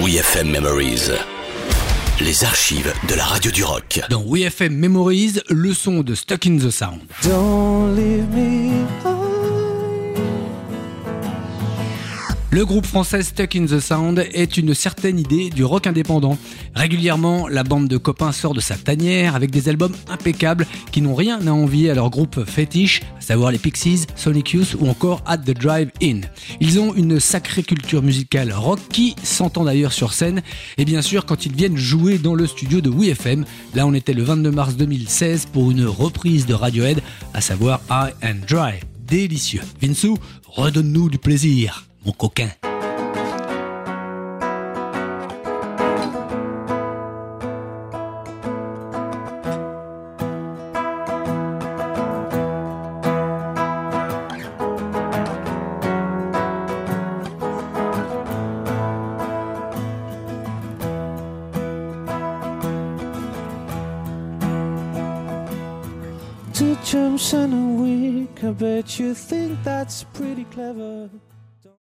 WeFM Memories. Les archives de la radio du rock. Dans WeFM Memories, le son de Stuck in the Sound. Don't leave me high. Le groupe français Stuck in the Sound est une certaine idée du rock indépendant. Régulièrement, la bande de copains sort de sa tanière avec des albums impeccables qui n'ont rien à envier à leur groupe fétiche, à savoir les Pixies, Sonic Youth ou encore At the Drive-In. Ils ont une sacrée culture musicale rock qui s'entend d'ailleurs sur scène et bien sûr quand ils viennent jouer dans le studio de WeFM. Là on était le 22 mars 2016 pour une reprise de Radiohead, à savoir High and Dry. Délicieux. Vinsou, redonne-nous du plaisir, mon coquin. Two jumps in a week, I bet you think that's pretty clever.